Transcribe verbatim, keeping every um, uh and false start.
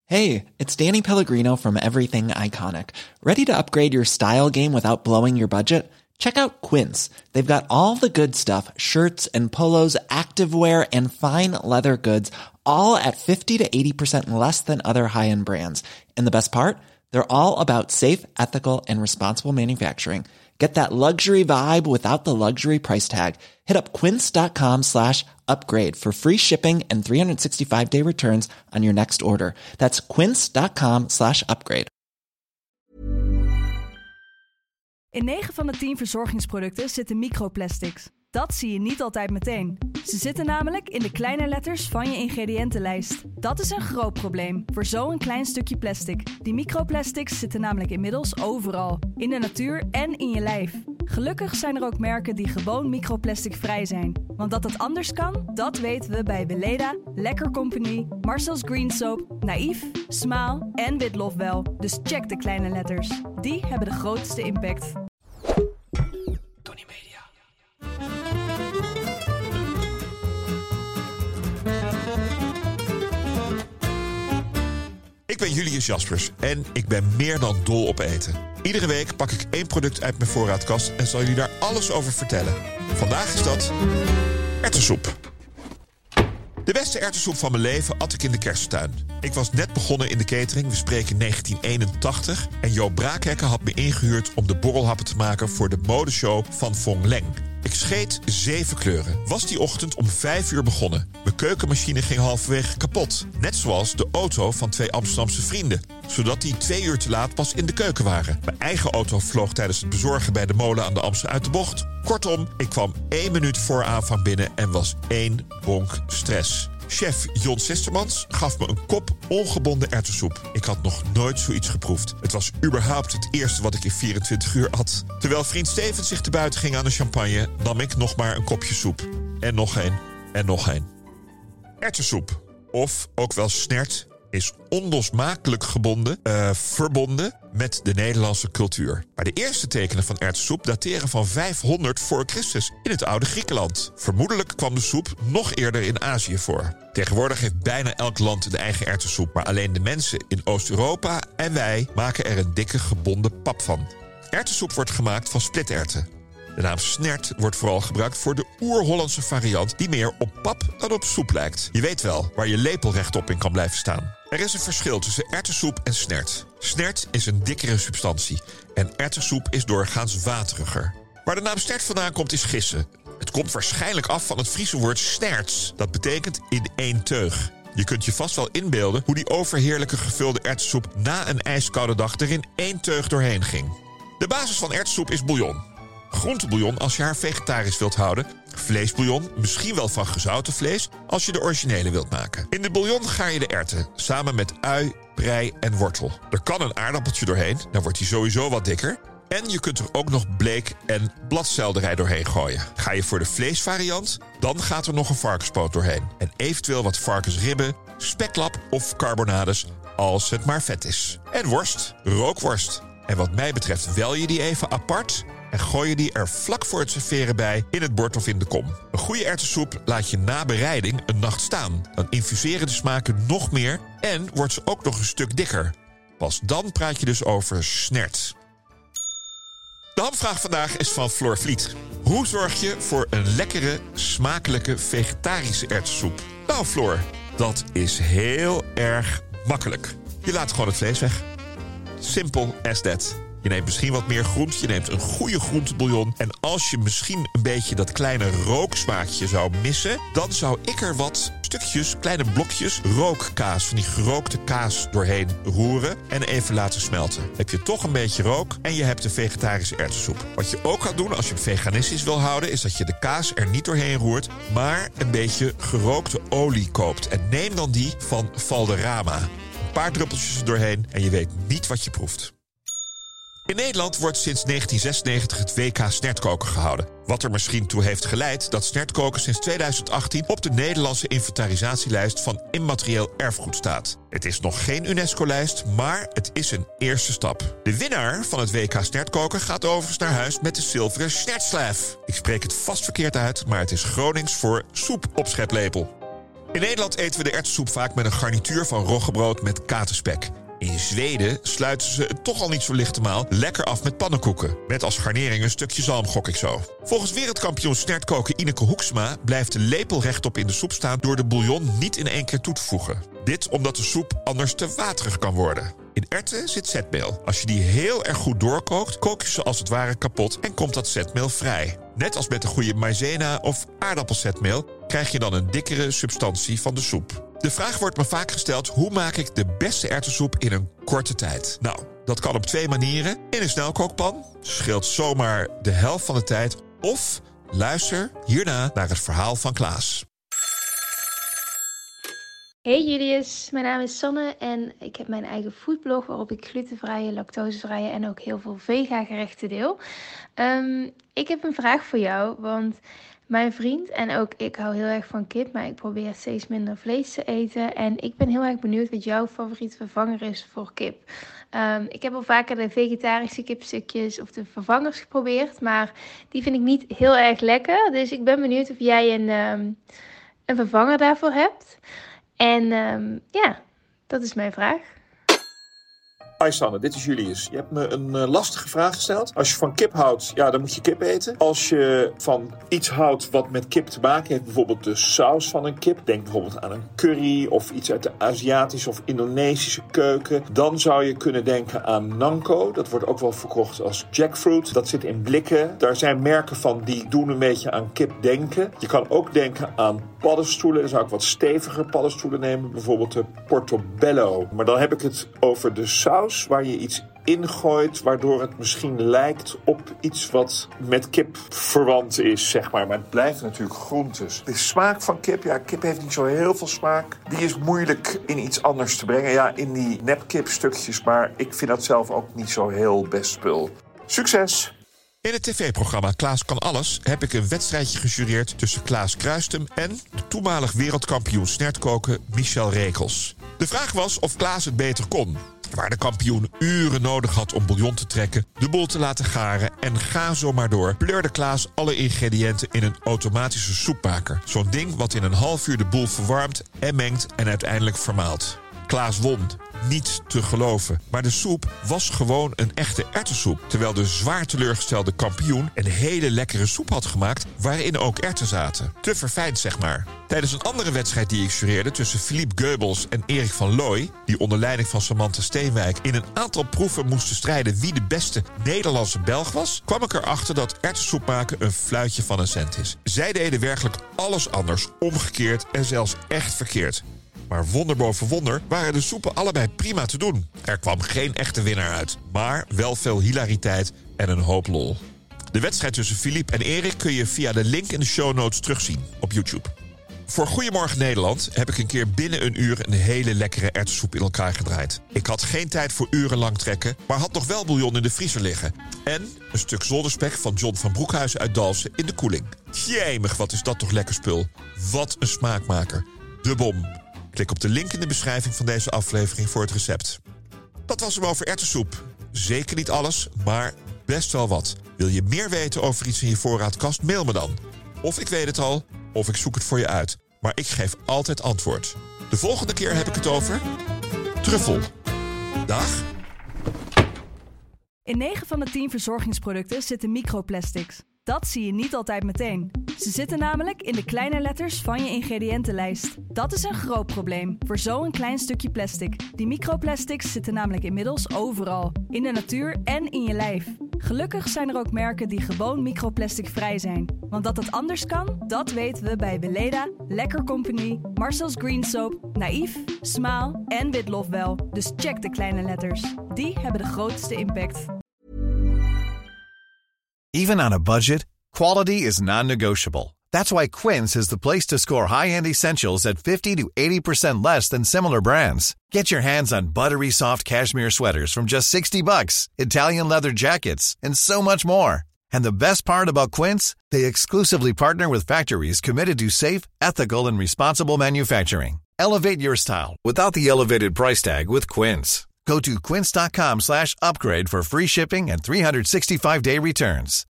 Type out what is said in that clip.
Hey, it's Danny Pellegrino from Everything Iconic. Ready to upgrade your style game without blowing your budget? Check out Quince. They've got all the good stuff, shirts and polos, activewear, and fine leather goods, all at fifty to eighty percent less than other high-end brands. And the best part? They're all about safe, ethical, and responsible manufacturing. Get that luxury vibe without the luxury price tag. Hit up quince.com slash upgrade for free shipping and three sixty-five day returns on your next order. That's quince.com slash upgrade. In negen van de tien verzorgingsproducten zitten microplastics. Dat zie je niet altijd meteen. Ze zitten namelijk in de kleine letters van je ingrediëntenlijst. Dat is een groot probleem voor zo'n klein stukje plastic. Die microplastics zitten namelijk inmiddels overal. In de natuur en in je lijf. Gelukkig zijn er ook merken die gewoon microplasticvrij zijn. Want dat het anders kan, dat weten we bij Weleda, Lekker Company, Marcel's Green Soap, Naïef, Smaal en Witlof wel. Dus check de kleine letters. Die hebben de grootste impact. Tony Media. Ik ben Julius Jaspers en ik ben meer dan dol op eten. Iedere week pak ik één product uit mijn voorraadkast en zal jullie daar alles over vertellen. Vandaag is dat erwtensoep. De beste erwtensoep van mijn leven at ik in de kersttuin. Ik was net begonnen in de catering, we spreken negentien eenentachtig... en Joop Braakhekken had me ingehuurd om de borrelhappen te maken voor de modeshow van Fong Leng. Ik scheet zeven kleuren. Was die ochtend om vijf uur begonnen. Mijn keukenmachine ging halverwege kapot. Net zoals de auto van twee Amsterdamse vrienden. Zodat die twee uur te laat pas in de keuken waren. Mijn eigen auto vloog tijdens het bezorgen bij de molen aan de Amstel uit de bocht. Kortom, ik kwam één minuut voor aanvang binnen en was één bonk stress. Chef Jon Sistermans gaf me een kop ongebonden erwtensoep. Ik had nog nooit zoiets geproefd. Het was überhaupt het eerste wat ik in vierentwintig uur at. Terwijl vriend Steven zich te buiten ging aan de champagne, nam ik nog maar een kopje soep. En nog één, en nog één. Erwtensoep, of ook wel snert, is onlosmakelijk gebonden, uh, verbonden met de Nederlandse cultuur. Maar de eerste tekenen van erwtensoep dateren van vijfhonderd voor Christus in het oude Griekenland. Vermoedelijk kwam de soep nog eerder in Azië voor. Tegenwoordig heeft bijna elk land de eigen erwtensoep, maar alleen de mensen in Oost-Europa en wij maken er een dikke gebonden pap van. Erwtensoep wordt gemaakt van splitterwten. De naam snert wordt vooral gebruikt voor de oer-Hollandse variant die meer op pap dan op soep lijkt. Je weet wel, waar je lepel rechtop in kan blijven staan. Er is een verschil tussen erwtensoep en snert. Snert is een dikkere substantie en erwtensoep is doorgaans wateriger. Waar de naam snert vandaan komt is gissen. Het komt waarschijnlijk af van het Friese woord snerts. Dat betekent in één teug. Je kunt je vast wel inbeelden hoe die overheerlijke gevulde erwtensoep na een ijskoude dag er in één teug doorheen ging. De basis van erwtensoep is bouillon. Groentebouillon als je haar vegetarisch wilt houden. Vleesbouillon, misschien wel van gezouten vlees, als je de originele wilt maken. In de bouillon gaar je de erwten, samen met ui, prei en wortel. Er kan een aardappeltje doorheen, dan wordt hij sowieso wat dikker. En je kunt er ook nog bleek en bladselderij doorheen gooien. Ga je voor de vleesvariant, dan gaat er nog een varkenspoot doorheen. En eventueel wat varkensribben, speklap of carbonades, als het maar vet is. En worst, rookworst. En wat mij betreft wel je die even apart en gooi je die er vlak voor het serveren bij in het bord of in de kom. Een goede erwtensoep laat je na bereiding een nacht staan. Dan infuseren de smaken nog meer en wordt ze ook nog een stuk dikker. Pas dan praat je dus over snert. De hamvraag vandaag is van Floor Vliet. Hoe zorg je voor een lekkere, smakelijke vegetarische erwtensoep? Nou Floor, dat is heel erg makkelijk. Je laat gewoon het vlees weg. Simple as that. Je neemt misschien wat meer groente, je neemt een goede groentebouillon. En als je misschien een beetje dat kleine rooksmaakje zou missen, dan zou ik er wat stukjes, kleine blokjes rookkaas, van die gerookte kaas doorheen roeren en even laten smelten. Heb je toch een beetje rook en je hebt de vegetarische erwtensoep. Wat je ook kan doen als je hem veganistisch wil houden, is dat je de kaas er niet doorheen roert, maar een beetje gerookte olie koopt. En neem dan die van Valderrama. Een paar druppeltjes er doorheen en je weet niet wat je proeft. In Nederland wordt sinds negentien zesennegentig het W K snertkoken gehouden. Wat er misschien toe heeft geleid dat snertkoken sinds tweeduizend achttien op de Nederlandse inventarisatielijst van immaterieel erfgoed staat. Het is nog geen UNESCO-lijst, maar het is een eerste stap. De winnaar van het W K snertkoken gaat overigens naar huis met de zilveren snertslaaf. Ik spreek het vast verkeerd uit, maar het is Gronings voor soepopscheplepel. In Nederland eten we de erwtensoep vaak met een garnituur van roggebrood met katerspek. In Zweden sluiten ze het toch al niet zo lichte maal lekker af met pannenkoeken. Met als garnering een stukje zalm, gok ik zo. Volgens wereldkampioen snertkoken Ineke Hoeksma blijft de lepel rechtop in de soep staan door de bouillon niet in één keer toe te voegen. Dit omdat de soep anders te waterig kan worden. In erwten zit zetmeel. Als je die heel erg goed doorkookt, kook je ze als het ware kapot en komt dat zetmeel vrij. Net als met de goede maïzena of aardappelzetmeel krijg je dan een dikkere substantie van de soep. De vraag wordt me vaak gesteld: hoe maak ik de beste erwtensoep in een korte tijd? Nou, dat kan op twee manieren. In een snelkookpan, scheelt zomaar de helft van de tijd. Of luister hierna naar het verhaal van Klaas. Hey Julius, mijn naam is Sanne en ik heb mijn eigen foodblog waarop ik glutenvrije, lactosevrije en ook heel veel vega gerechten deel. Um, ik heb een vraag voor jou, want mijn vriend en ook ik hou heel erg van kip, maar ik probeer steeds minder vlees te eten. En ik ben heel erg benieuwd wat jouw favoriete vervanger is voor kip. Um, ik heb al vaker de vegetarische kipstukjes of de vervangers geprobeerd, maar die vind ik niet heel erg lekker. Dus ik ben benieuwd of jij een, um, een vervanger daarvoor hebt. En um, ja, dat is mijn vraag. Hi Sanne, dit is Julius. Je hebt me een uh, lastige vraag gesteld. Als je van kip houdt, ja, dan moet je kip eten. Als je van iets houdt wat met kip te maken heeft, bijvoorbeeld de saus van een kip, denk bijvoorbeeld aan een curry of iets uit de Aziatische of Indonesische keuken, dan zou je kunnen denken aan Nanko. Dat wordt ook wel verkocht als jackfruit. Dat zit in blikken. Daar zijn merken van die doen een beetje aan kip denken. Je kan ook denken aan paddenstoelen. Dan zou ik wat steviger paddenstoelen nemen, bijvoorbeeld de Portobello. Maar dan heb ik het over de saus waar je iets ingooit, waardoor het misschien lijkt op iets wat met kip verwant is, zeg maar. Maar het blijft natuurlijk groentes. De smaak van kip, ja, kip heeft niet zo heel veel smaak. Die is moeilijk in iets anders te brengen. Ja, in die nepkipstukjes, maar ik vind dat zelf ook niet zo heel best spul. Succes! In het tv-programma Klaas kan alles heb ik een wedstrijdje gejureerd tussen Klaas Kruistum en de toenmalig wereldkampioen snertkoken Michel Rekels. De vraag was of Klaas het beter kon. Waar de kampioen uren nodig had om bouillon te trekken, de boel te laten garen en ga zo maar door, pleurde Klaas alle ingrediënten in een automatische soepmaker. Zo'n ding wat in een half uur de boel verwarmt en mengt en uiteindelijk vermaalt. Klaas won. Niet te geloven. Maar de soep was gewoon een echte erwtensoep. Terwijl de zwaar teleurgestelde kampioen een hele lekkere soep had gemaakt waarin ook erwten zaten. Te verfijnd, zeg maar. Tijdens een andere wedstrijd die ik jureerde tussen Philippe Goebbels en Erik van Looy, die onder leiding van Samantha Steenwijk in een aantal proeven moesten strijden wie de beste Nederlandse Belg was, kwam ik erachter dat erwtensoep maken een fluitje van een cent is. Zij deden werkelijk alles anders, omgekeerd en zelfs echt verkeerd. Maar wonder boven wonder waren de soepen allebei prima te doen. Er kwam geen echte winnaar uit, maar wel veel hilariteit en een hoop lol. De wedstrijd tussen Philippe en Erik kun je via de link in de show notes terugzien op YouTube. Voor Goedemorgen Nederland heb ik een keer binnen een uur een hele lekkere erwtensoep in elkaar gedraaid. Ik had geen tijd voor urenlang trekken, maar had nog wel bouillon in de vriezer liggen. En een stuk zolderspek van John van Broekhuizen uit Dalfsen in de koeling. Jemig, wat is dat toch lekker spul. Wat een smaakmaker. De bom. Klik op de link in de beschrijving van deze aflevering voor het recept. Dat was hem over erwtensoep. Zeker niet alles, maar best wel wat. Wil je meer weten over iets in je voorraadkast? Mail me dan. Of ik weet het al, of ik zoek het voor je uit. Maar ik geef altijd antwoord. De volgende keer heb ik het over truffel. Dag. In negen van de tien verzorgingsproducten zitten microplastics. Dat zie je niet altijd meteen. Ze zitten namelijk in de kleine letters van je ingrediëntenlijst. Dat is een groot probleem voor zo'n klein stukje plastic. Die microplastics zitten namelijk inmiddels overal. In de natuur en in je lijf. Gelukkig zijn er ook merken die gewoon microplasticvrij zijn. Want dat het anders kan, dat weten we bij Weleda, Lekker Company, Marcel's Green Soap, Naïef, Smaal en Witlof wel. Dus check de kleine letters. Die hebben de grootste impact. Even on a budget, quality is non-negotiable. That's why Quince is the place to score high-end essentials at fifty to eighty percent less than similar brands. Get your hands on buttery soft cashmere sweaters from just sixty bucks, Italian leather jackets, and so much more. And the best part about Quince, they exclusively partner with factories committed to safe, ethical, and responsible manufacturing. Elevate your style without the elevated price tag with Quince. Go to quince.com slash upgrade for free shipping and three sixty-five day returns.